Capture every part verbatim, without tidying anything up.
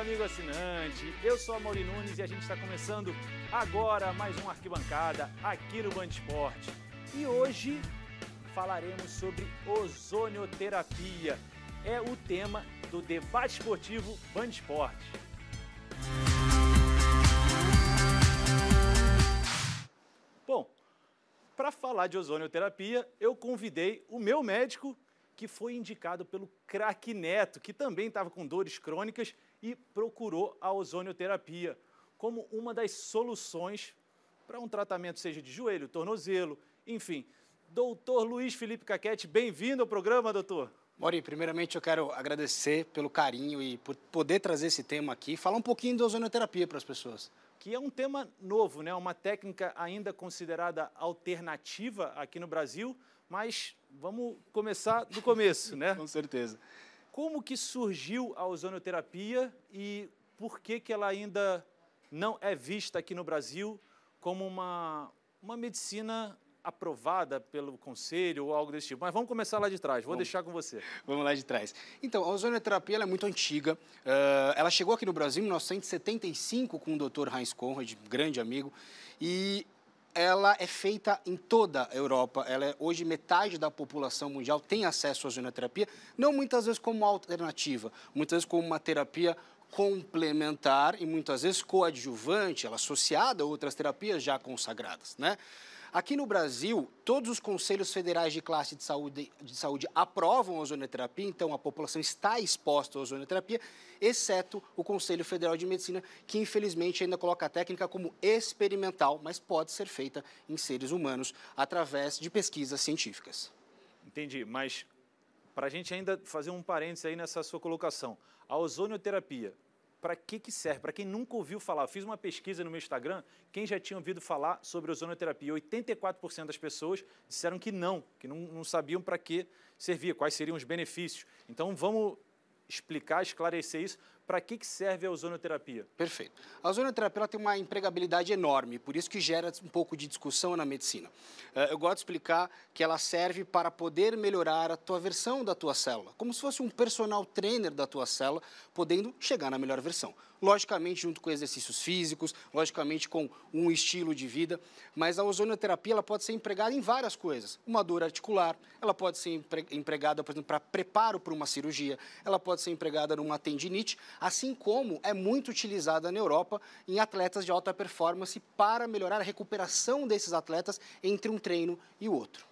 amigo assinante. Eu sou a Mauri Nunes e a gente está começando agora mais um Arquibancada aqui no Band Esporte. E hoje falaremos sobre ozonioterapia. É o tema do debate esportivo Band Esporte. Bom, para falar de ozonioterapia, eu convidei o meu médico, que foi indicado pelo craque Neto, que também estava com dores crônicas e procurou a ozonioterapia como uma das soluções para um tratamento, seja de joelho, tornozelo, enfim. Doutor Luiz Felipe Caquete, bem-vindo ao programa, doutor. Mauri, primeiramente eu quero agradecer pelo carinho e por poder trazer esse tema aqui, falar um pouquinho da ozonioterapia para as pessoas. Que é um tema novo, né? Uma técnica ainda considerada alternativa aqui no Brasil, mas vamos começar do começo, né? Com certeza. Como que surgiu a ozonioterapia e por que que ela ainda não é vista aqui no Brasil como uma, uma medicina aprovada pelo conselho ou algo desse tipo? Mas vamos começar lá de trás, vou vamos, deixar com você. Vamos lá de trás. Então, a ozonioterapia ela é muito antiga, uh, ela chegou aqui no Brasil em mil novecentos e setenta e cinco com o doutor Heinz Conrad, grande amigo, e ela é feita em toda a Europa. Ela é, hoje, metade da população mundial tem acesso à ozonioterapia, não muitas vezes como alternativa, muitas vezes como uma terapia complementar e muitas vezes coadjuvante, ela associada a outras terapias já consagradas, né? Aqui no Brasil, todos os conselhos federais de classe de saúde, de saúde aprovam a ozonioterapia, então a população está exposta à ozonioterapia, exceto o Conselho Federal de Medicina, que infelizmente ainda coloca a técnica como experimental, mas pode ser feita em seres humanos através de pesquisas científicas. Entendi, mas para a gente ainda fazer um parênteses aí nessa sua colocação, a ozonioterapia, para que que serve? Para quem nunca ouviu falar, eu fiz uma pesquisa no meu Instagram, quem já tinha ouvido falar sobre ozonioterapia, oitenta e quatro por cento das pessoas disseram que não, que não, não sabiam para que servia, quais seriam os benefícios. Então, vamos explicar, esclarecer isso, para que que serve a ozonioterapia? Perfeito. A ozonioterapia ela tem uma empregabilidade enorme, por isso que gera um pouco de discussão na medicina. Eu gosto de explicar que ela serve para poder melhorar a tua versão da tua célula, como se fosse um personal trainer da tua célula, podendo chegar na melhor versão. Logicamente, junto com exercícios físicos, logicamente com um estilo de vida, mas a ozonioterapia ela pode ser empregada em várias coisas. Uma dor articular, ela pode ser empregada, por exemplo, para preparo para uma cirurgia, ela pode ser empregada numa tendinite, assim como é muito utilizada na Europa em atletas de alta performance para melhorar a recuperação desses atletas entre um treino e o outro.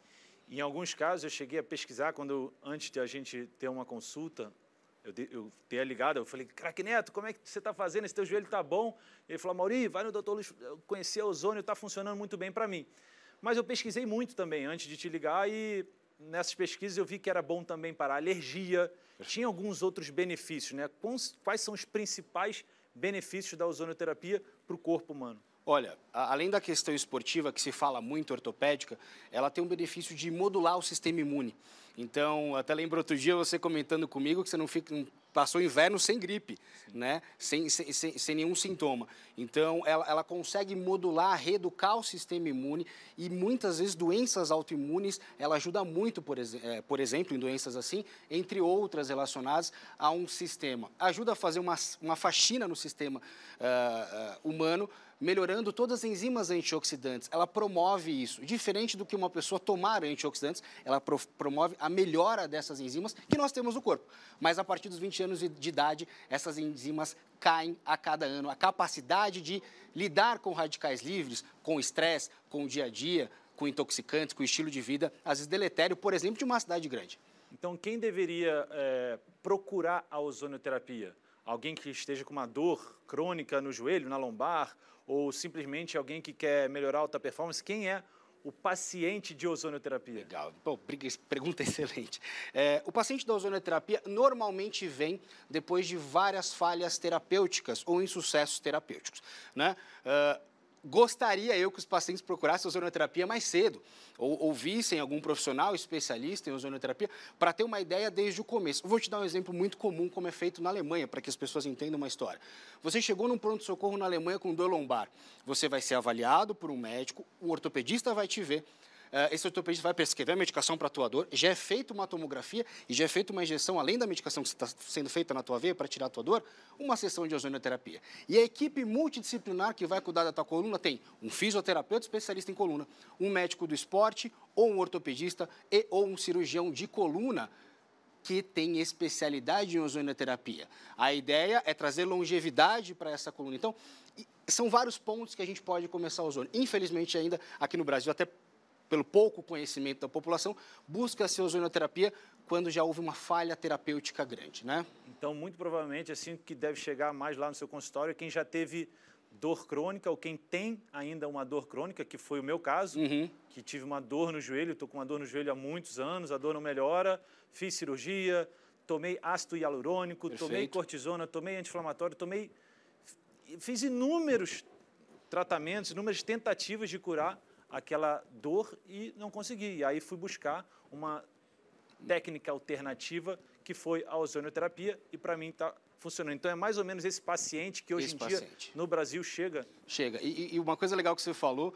Em alguns casos, eu cheguei a pesquisar, quando antes de a gente ter uma consulta, eu, de, eu ter ligado, eu falei, craque Neto, como é que você está fazendo? Esse teu joelho está bom? Ele falou, Mauri, vai no doutor Luiz, conhecer a ozônio, está funcionando muito bem para mim. Mas eu pesquisei muito também antes de te ligar e nessas pesquisas eu vi que era bom também para alergia, tinha alguns outros benefícios, né? Quais são os principais benefícios da ozonioterapia para o corpo humano? Olha, além da questão esportiva, que se fala muito ortopédica, ela tem um benefício de modular o sistema imune. Então, até lembro outro dia você comentando comigo que você não fica, passou o inverno sem gripe, né? sem, sem, sem, sem nenhum sintoma. Então, ela, ela consegue modular, reeducar o sistema imune e muitas vezes doenças autoimunes, ela ajuda muito, por, ex é, por exemplo, em doenças assim, entre outras relacionadas a um sistema. Ajuda a fazer uma, uma faxina no sistema uh, uh, humano, melhorando todas as enzimas antioxidantes. Ela promove isso. Diferente do que uma pessoa tomar antioxidantes, ela pro promove a melhora dessas enzimas que nós temos no corpo. Mas a partir dos vinte anos de idade, essas enzimas caem a cada ano. A capacidade de lidar com radicais livres, com estresse, com o dia a dia, com intoxicantes, com o estilo de vida, às vezes deletério, por exemplo, de uma cidade grande. Então, quem deveria é, procurar a ozonioterapia? Alguém que esteja com uma dor crônica no joelho, na lombar, ou simplesmente alguém que quer melhorar a alta performance? Quem é o paciente de ozonioterapia? Legal, Pô, pergunta excelente. É, o paciente da ozonioterapia normalmente vem depois de várias falhas terapêuticas ou insucessos terapêuticos, né? Uh, Gostaria eu que os pacientes procurassem ozonioterapia mais cedo, ou ouvissem algum profissional especialista em ozonioterapia, para ter uma ideia desde o começo. Eu vou te dar um exemplo muito comum, como é feito na Alemanha, para que as pessoas entendam uma história. Você chegou num pronto-socorro na Alemanha com dor lombar, você vai ser avaliado por um médico, o ortopedista vai te ver, esse ortopedista vai prescrever a medicação para a tua dor, já é feita uma tomografia e já é feita uma injeção, além da medicação que está sendo feita na tua veia para tirar a tua dor, uma sessão de ozonioterapia. E a equipe multidisciplinar que vai cuidar da tua coluna tem um fisioterapeuta especialista em coluna, um médico do esporte, ou um ortopedista e ou um cirurgião de coluna que tem especialidade em ozonioterapia. A ideia é trazer longevidade para essa coluna. Então, são vários pontos que a gente pode começar a ozônio. Infelizmente, ainda aqui no Brasil, até pelo pouco conhecimento da população, busca-se ozonioterapia quando já houve uma falha terapêutica grande, né? Então, muito provavelmente, assim, que deve chegar mais lá no seu consultório é quem já teve dor crônica ou quem tem ainda uma dor crônica, que foi o meu caso, uhum. que tive uma dor no joelho, estou com uma dor no joelho há muitos anos, a dor não melhora, fiz cirurgia, tomei ácido hialurônico, Perfeito. tomei cortisona, tomei anti-inflamatório, tomei... Fiz inúmeros tratamentos, inúmeras tentativas de curar aquela dor e não consegui. E aí fui buscar uma técnica alternativa que foi a ozonioterapia e para mim está funcionando. Então é mais ou menos esse paciente que hoje esse em paciente. dia no Brasil chega. Chega. E, e uma coisa legal que você falou,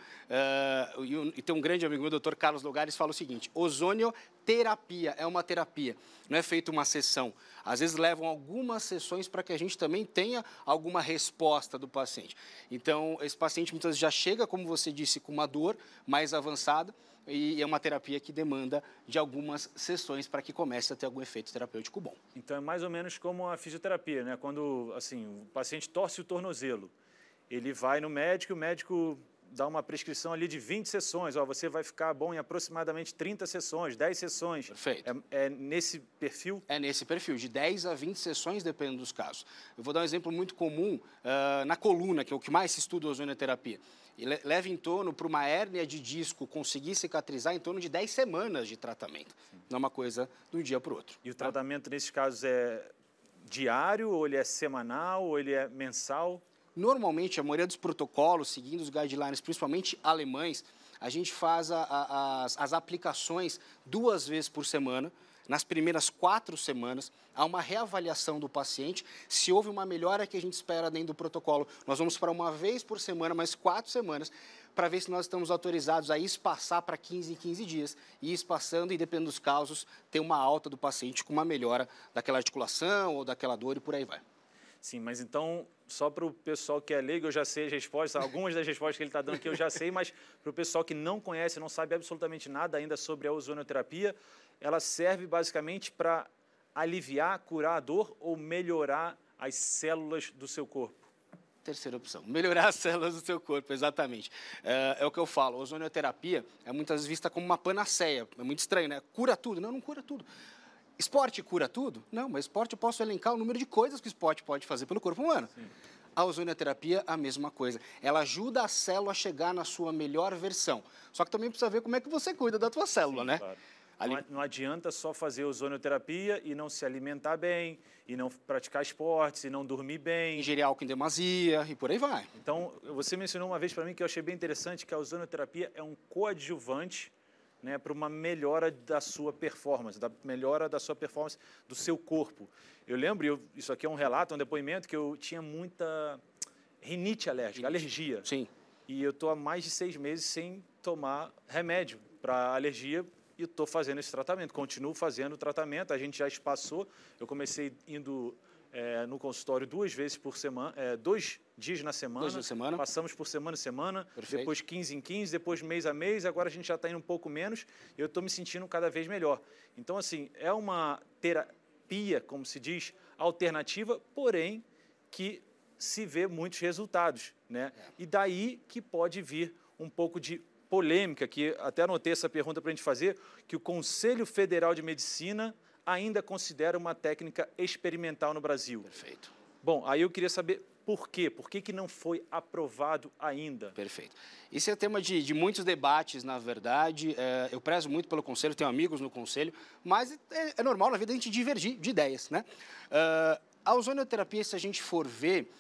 uh, e, e tem um grande amigo meu, o doutor Carlos Logares, fala o seguinte: ozonioterapia é uma terapia, não é feita uma sessão. Às vezes levam algumas sessões para que a gente também tenha alguma resposta do paciente. Então, esse paciente muitas vezes já chega, como você disse, com uma dor mais avançada, e é uma terapia que demanda de algumas sessões para que comece a ter algum efeito terapêutico bom. Então, é mais ou menos como a fisioterapia, né? Quando assim, o paciente torce o tornozelo, ele vai no médico, o médico dá uma prescrição ali de vinte sessões. Ó, você vai ficar bom em aproximadamente trinta sessões, dez sessões. Perfeito. É, é nesse perfil? É nesse perfil, de dez a vinte sessões, dependendo dos casos. Eu vou dar um exemplo muito comum uh, na coluna, que é o que mais se estuda a ozonioterapia. E leva em torno, para uma hérnia de disco conseguir cicatrizar, em torno de dez semanas de tratamento. Sim. Não é uma coisa de um dia para o outro. E o tá? tratamento, nesses casos, é diário, ou ele é semanal, ou ele é mensal? Normalmente, a maioria dos protocolos, seguindo os guidelines, principalmente alemães, a gente faz a, a, as, as aplicações duas vezes por semana. Nas primeiras quatro semanas, há uma reavaliação do paciente. Se houve uma melhora que a gente espera dentro do protocolo, nós vamos para uma vez por semana, mais quatro semanas, para ver se nós estamos autorizados a espaçar para quinze em quinze dias. E espaçando, e dependendo dos casos, ter uma alta do paciente com uma melhora daquela articulação ou daquela dor e por aí vai. Sim, mas então, só para o pessoal que é leigo, eu já sei as respostas, algumas das respostas que ele está dando aqui eu já sei, mas para o pessoal que não conhece, não sabe absolutamente nada ainda sobre a ozonioterapia, ela serve basicamente para aliviar, curar a dor ou melhorar as células do seu corpo? Terceira opção, melhorar as células do seu corpo, exatamente. É, é o que eu falo, a ozonioterapia é muitas vezes vista como uma panaceia, é muito estranho, né? Cura tudo? Não, não cura tudo. Esporte cura tudo? Não, mas esporte eu posso elencar o número de coisas que o esporte pode fazer pelo corpo humano. Sim. A ozonioterapia, a mesma coisa. Ela ajuda a célula a chegar na sua melhor versão. Só que também precisa ver como é que você cuida da tua célula, Sim, né? Claro. Ali... Não adianta só fazer ozonioterapia e não se alimentar bem, e não praticar esportes, e não dormir bem. Ingerir álcool em demasia e por aí vai. Então, você mencionou uma vez para mim que eu achei bem interessante, que a ozonioterapia é um coadjuvante, né, para uma melhora da sua performance, da melhora da sua performance do seu corpo. Eu lembro, eu, isso aqui é um relato, um depoimento, que eu tinha muita rinite alérgica, alergia. Sim. E eu estou há mais de seis meses sem tomar remédio para alergia e estou fazendo esse tratamento, continuo fazendo o tratamento, a gente já espaçou, eu comecei indo é, no consultório duas vezes por semana, é, dois dias na semana, dois na semana, passamos por semana em semana, Perfeito. Depois quinze em quinze, depois mês a mês, agora a gente já está indo um pouco menos, eu estou me sentindo cada vez melhor. Então, assim, é uma terapia, como se diz, alternativa, porém, que se vê muitos resultados, né? É. E daí que pode vir um pouco de polêmica, que até anotei essa pergunta para a gente fazer, que o Conselho Federal de Medicina ainda considera uma técnica experimental no Brasil. Perfeito. Bom, aí eu queria saber por quê? Por que que não foi aprovado ainda? Perfeito. Isso é tema de, de muitos debates, na verdade. É, eu prezo muito pelo Conselho, tenho amigos no Conselho, mas é, é normal na vida a gente divergir de ideias, né? Uh, a ozonioterapia, se a gente for ver,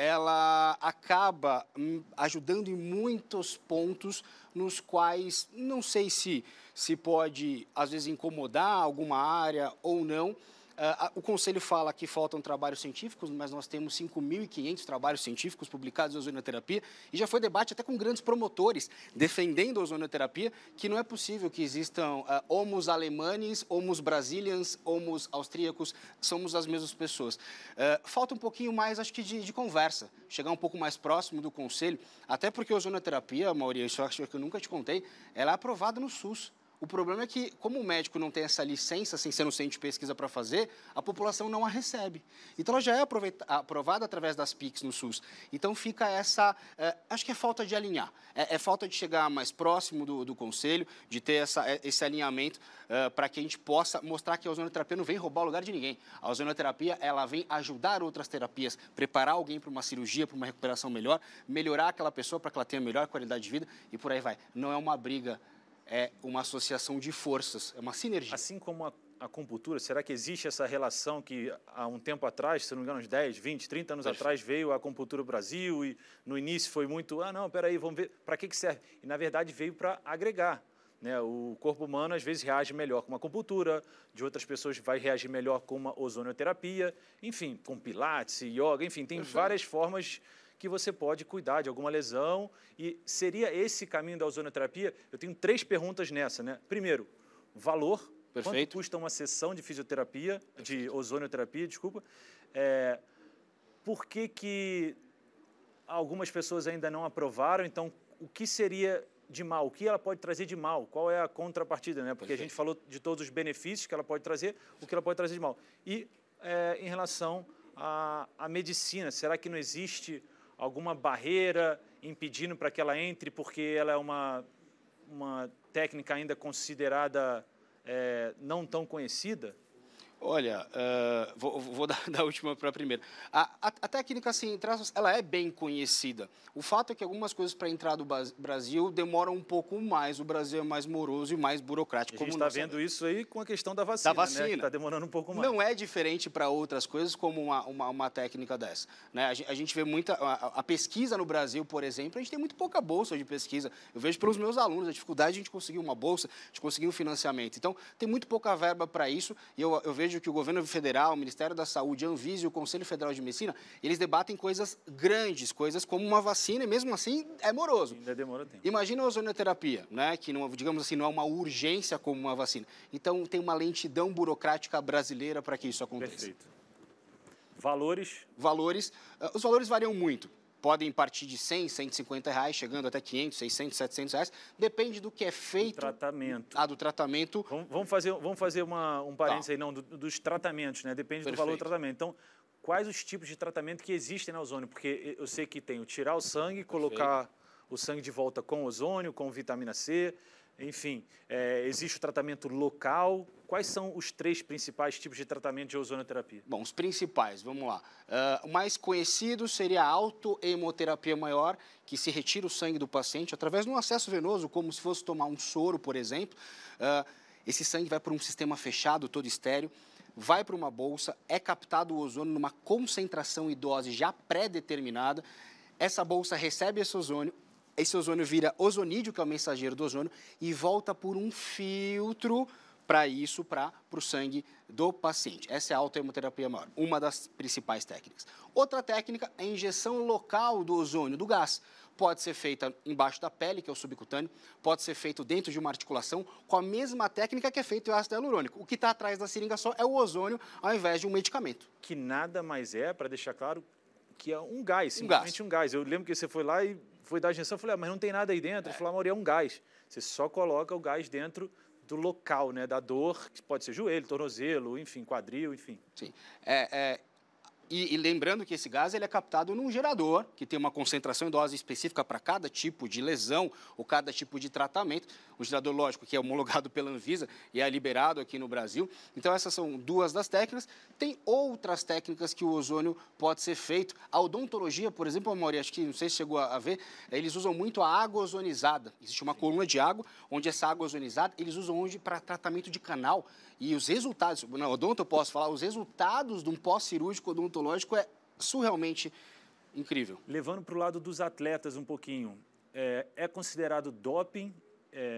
ela acaba ajudando em muitos pontos nos quais não sei se, se pode, às vezes, incomodar alguma área ou não, Uh, o Conselho fala que faltam trabalhos científicos, mas nós temos cinco mil e quinhentos trabalhos científicos publicados em ozonioterapia e já foi debate até com grandes promotores defendendo a ozonioterapia, que não é possível que existam uh, homus alemanes, homus brasilians, homus austríacos, somos as mesmas pessoas. Uh, falta um pouquinho mais, acho que, de, de conversa, chegar um pouco mais próximo do Conselho, até porque a ozonioterapia, Maurício, isso eu acho que eu nunca te contei, ela é aprovada no SUS. O problema é que, como o médico não tem essa licença, sem ser no centro de pesquisa para fazer, a população não a recebe. Então, ela já é aprovada através das P I Cs no SUS. Então, fica essa... É, acho que é falta de alinhar. É, é falta de chegar mais próximo do, do Conselho, de ter essa, esse alinhamento é, para que a gente possa mostrar que a ozonioterapia não vem roubar o lugar de ninguém. A ozonioterapia, ela vem ajudar outras terapias, preparar alguém para uma cirurgia, para uma recuperação melhor, melhorar aquela pessoa para que ela tenha melhor qualidade de vida e por aí vai. Não é uma briga... é uma associação de forças, é uma sinergia. Assim como a, a acupuntura, será que existe essa relação que há um tempo atrás, se não me engano, uns dez, vinte, trinta anos Perfeito. Atrás, veio a acupuntura Brasil e no início foi muito, ah, não, peraí, vamos ver, para que que serve? E, na verdade, veio para agregar. Né? O corpo humano, às vezes, reage melhor com uma acupuntura, de outras pessoas vai reagir melhor com uma ozonioterapia, enfim, com pilates, yoga, enfim, tem Perfeito. Várias formas que você pode cuidar de alguma lesão e seria esse caminho da ozonioterapia? Eu tenho três perguntas nessa, né? Primeiro, valor. Perfeito. Quanto custa uma sessão de fisioterapia, Perfeito. De ozonioterapia, desculpa. É, por que que algumas pessoas ainda não aprovaram? Então, o que seria de mal? O que ela pode trazer de mal? Qual é a contrapartida, né? Porque Perfeito. A gente falou de todos os benefícios que ela pode trazer, o que ela pode trazer de mal. E é, em relação à, à medicina, será que não existe alguma barreira impedindo para que ela entre, porque ela é uma, uma técnica ainda considerada é, não tão conhecida? Olha, uh, vou, vou dar da última para a primeira. A, a, a técnica, assim, ela é bem conhecida. O fato é que algumas coisas para entrar do Brasil demoram um pouco mais. O Brasil é mais moroso e mais burocrático. A gente está vendo sabemos. Isso aí com a questão da vacina, da vacina. Né? Está demorando um pouco mais. Não é diferente para outras coisas como uma, uma, uma técnica dessa. Né? A, gente, a gente vê muita... A, a pesquisa no Brasil, por exemplo, a gente tem muito pouca bolsa de pesquisa. Eu vejo pelos meus alunos a dificuldade de a gente conseguir uma bolsa, de conseguir um financiamento. Então, tem muito pouca verba para isso e eu, eu vejo que o governo federal, o Ministério da Saúde, a Anvisa e o Conselho Federal de Medicina, eles debatem coisas grandes, coisas como uma vacina, e mesmo assim é moroso. Ainda demora tempo. Imagina a ozonioterapia, né, que, não, digamos assim, não é uma urgência como uma vacina. Então, tem uma lentidão burocrática brasileira para que isso aconteça. Perfeito. Valores? Valores. Uh, os valores variam muito. Podem partir de cem, cento e cinquenta reais, chegando até quinhentos, seiscentos, setecentos reais. Depende do que é feito. Do tratamento. Ah, do tratamento. Vamos, vamos fazer, vamos fazer uma, um parênteses tá. aí, não, do, dos tratamentos, né? Depende Perfeito. Do valor do tratamento. Então, quais os tipos de tratamento que existem na ozônio? Porque eu sei que tem o tirar o sangue, colocar Perfeito. O sangue de volta com ozônio, com vitamina C, enfim. É, existe o tratamento local. Quais são os três principais tipos de tratamento de ozonioterapia? Bom, os principais, vamos lá. Uh, o mais conhecido seria a autohemoterapia maior, que se retira o sangue do paciente através de um acesso venoso, como se fosse tomar um soro, por exemplo. Uh, esse sangue vai para um sistema fechado, todo estéreo, vai para uma bolsa, é captado o ozônio numa concentração e dose já pré-determinada. Essa bolsa recebe esse ozônio, esse ozônio vira ozonídeo, que é o mensageiro do ozônio, e volta por um filtro para isso, para o sangue do paciente. Essa é a autohemoterapia maior, uma das principais técnicas. Outra técnica é a injeção local do ozônio, do gás. Pode ser feita embaixo da pele, que é o subcutâneo, pode ser feito dentro de uma articulação, com a mesma técnica que é feito o ácido hialurônico. O que está atrás da seringa só é o ozônio, ao invés de um medicamento. Que nada mais é, para deixar claro, que é um gás, um simplesmente gás. um gás. Eu lembro que você foi lá e foi dar a injeção, eu falei, ah, mas não tem nada aí dentro. É. Ele falou, Mauri, é um gás. Você só coloca o gás dentro do local, né, da dor, que pode ser joelho, tornozelo, enfim, quadril, enfim. Sim. É, é, e, e lembrando que esse gás ele é captado num gerador, que tem uma concentração e dose específica para cada tipo de lesão ou cada tipo de tratamento. Um gerador, lógico, que é homologado pela Anvisa e é liberado aqui no Brasil. Então, essas são duas das técnicas. Tem outras técnicas que o ozônio pode ser feito. A odontologia, por exemplo, Mauri, acho que não sei se chegou a ver, eles usam muito a água ozonizada. Existe uma coluna de água, onde essa água ozonizada, eles usam hoje para tratamento de canal. E os resultados, na odonto eu posso falar, os resultados de um pós-cirúrgico odontológico é surrealmente incrível. Levando para o lado dos atletas um pouquinho, é, é considerado doping? É,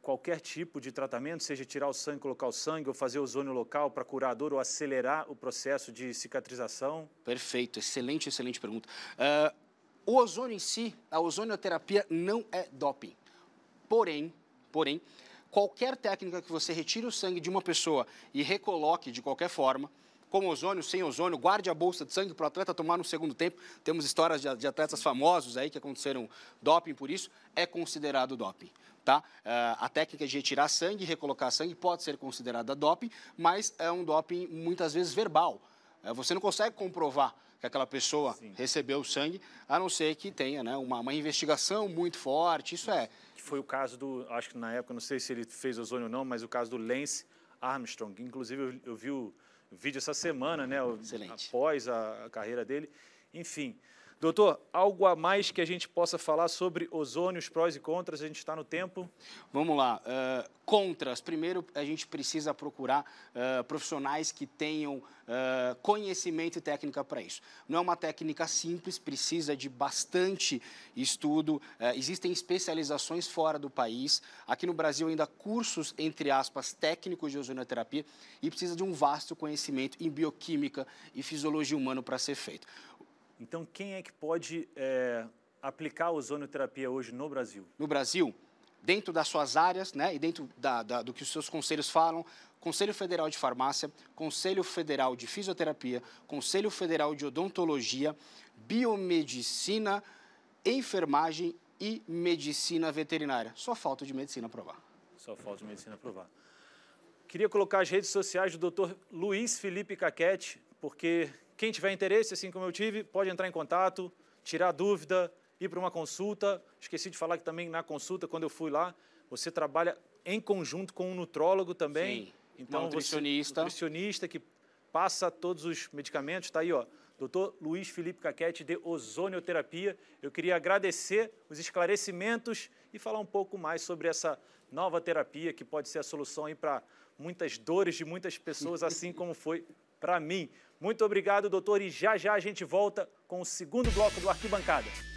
qualquer tipo de tratamento, seja tirar o sangue, colocar o sangue, ou fazer ozônio local para curar a dor ou acelerar o processo de cicatrização? Perfeito, excelente, excelente pergunta. Uh, o ozônio em si, a ozonioterapia não é doping. Porém, porém, qualquer técnica que você retire o sangue de uma pessoa e recoloque de qualquer forma, com ozônio, sem ozônio, guarde a bolsa de sangue para o atleta tomar no segundo tempo. Temos histórias de, de atletas famosos aí que aconteceram doping por isso, é considerado doping. Tá? Uh, a técnica de retirar sangue e recolocar sangue pode ser considerada doping, mas é um doping muitas vezes verbal. Uh, você não consegue comprovar que aquela pessoa Sim. recebeu sangue, a não ser que tenha, né, uma, uma investigação muito forte, isso é... Que foi o caso do, acho que na época, não sei se ele fez ozônio ou não, mas o caso do Lance Armstrong. Inclusive, eu, eu vi o vídeo essa semana, né, o, após a, a carreira dele. Enfim... Doutor, algo a mais que a gente possa falar sobre ozônio, os prós e contras? A gente está no tempo. Vamos lá. Uh, contras. Primeiro, a gente precisa procurar uh, profissionais que tenham uh, conhecimento e técnica para isso. Não é uma técnica simples, precisa de bastante estudo. Uh, existem especializações fora do país. Aqui no Brasil, ainda cursos, entre aspas, técnicos de ozonioterapia e precisa de um vasto conhecimento em bioquímica e fisiologia humana para ser feito. Então, quem é que pode é, aplicar a ozonioterapia hoje no Brasil? No Brasil, dentro das suas áreas, né, e dentro da, da, do que os seus conselhos falam, Conselho Federal de Farmácia, Conselho Federal de Fisioterapia, Conselho Federal de Odontologia, Biomedicina, Enfermagem e Medicina Veterinária. Só falta de Medicina aprovar. Só falta de Medicina aprovar. Queria colocar as redes sociais do doutor Luiz Felipe Caquete, porque... Quem tiver interesse, assim como eu tive, pode entrar em contato, tirar dúvida, ir para uma consulta. Esqueci de falar que também na consulta, quando eu fui lá, você trabalha em conjunto com um nutrólogo também. Sim, então, nutricionista. Você, nutricionista que passa todos os medicamentos. Está aí, ó, doutor Luiz Felipe Caquete, de ozonioterapia. Eu queria agradecer os esclarecimentos e falar um pouco mais sobre essa nova terapia que pode ser a solução aí para muitas dores de muitas pessoas, assim como foi para mim. Muito obrigado, doutor, e já já a gente volta com o segundo bloco do Arquibancada.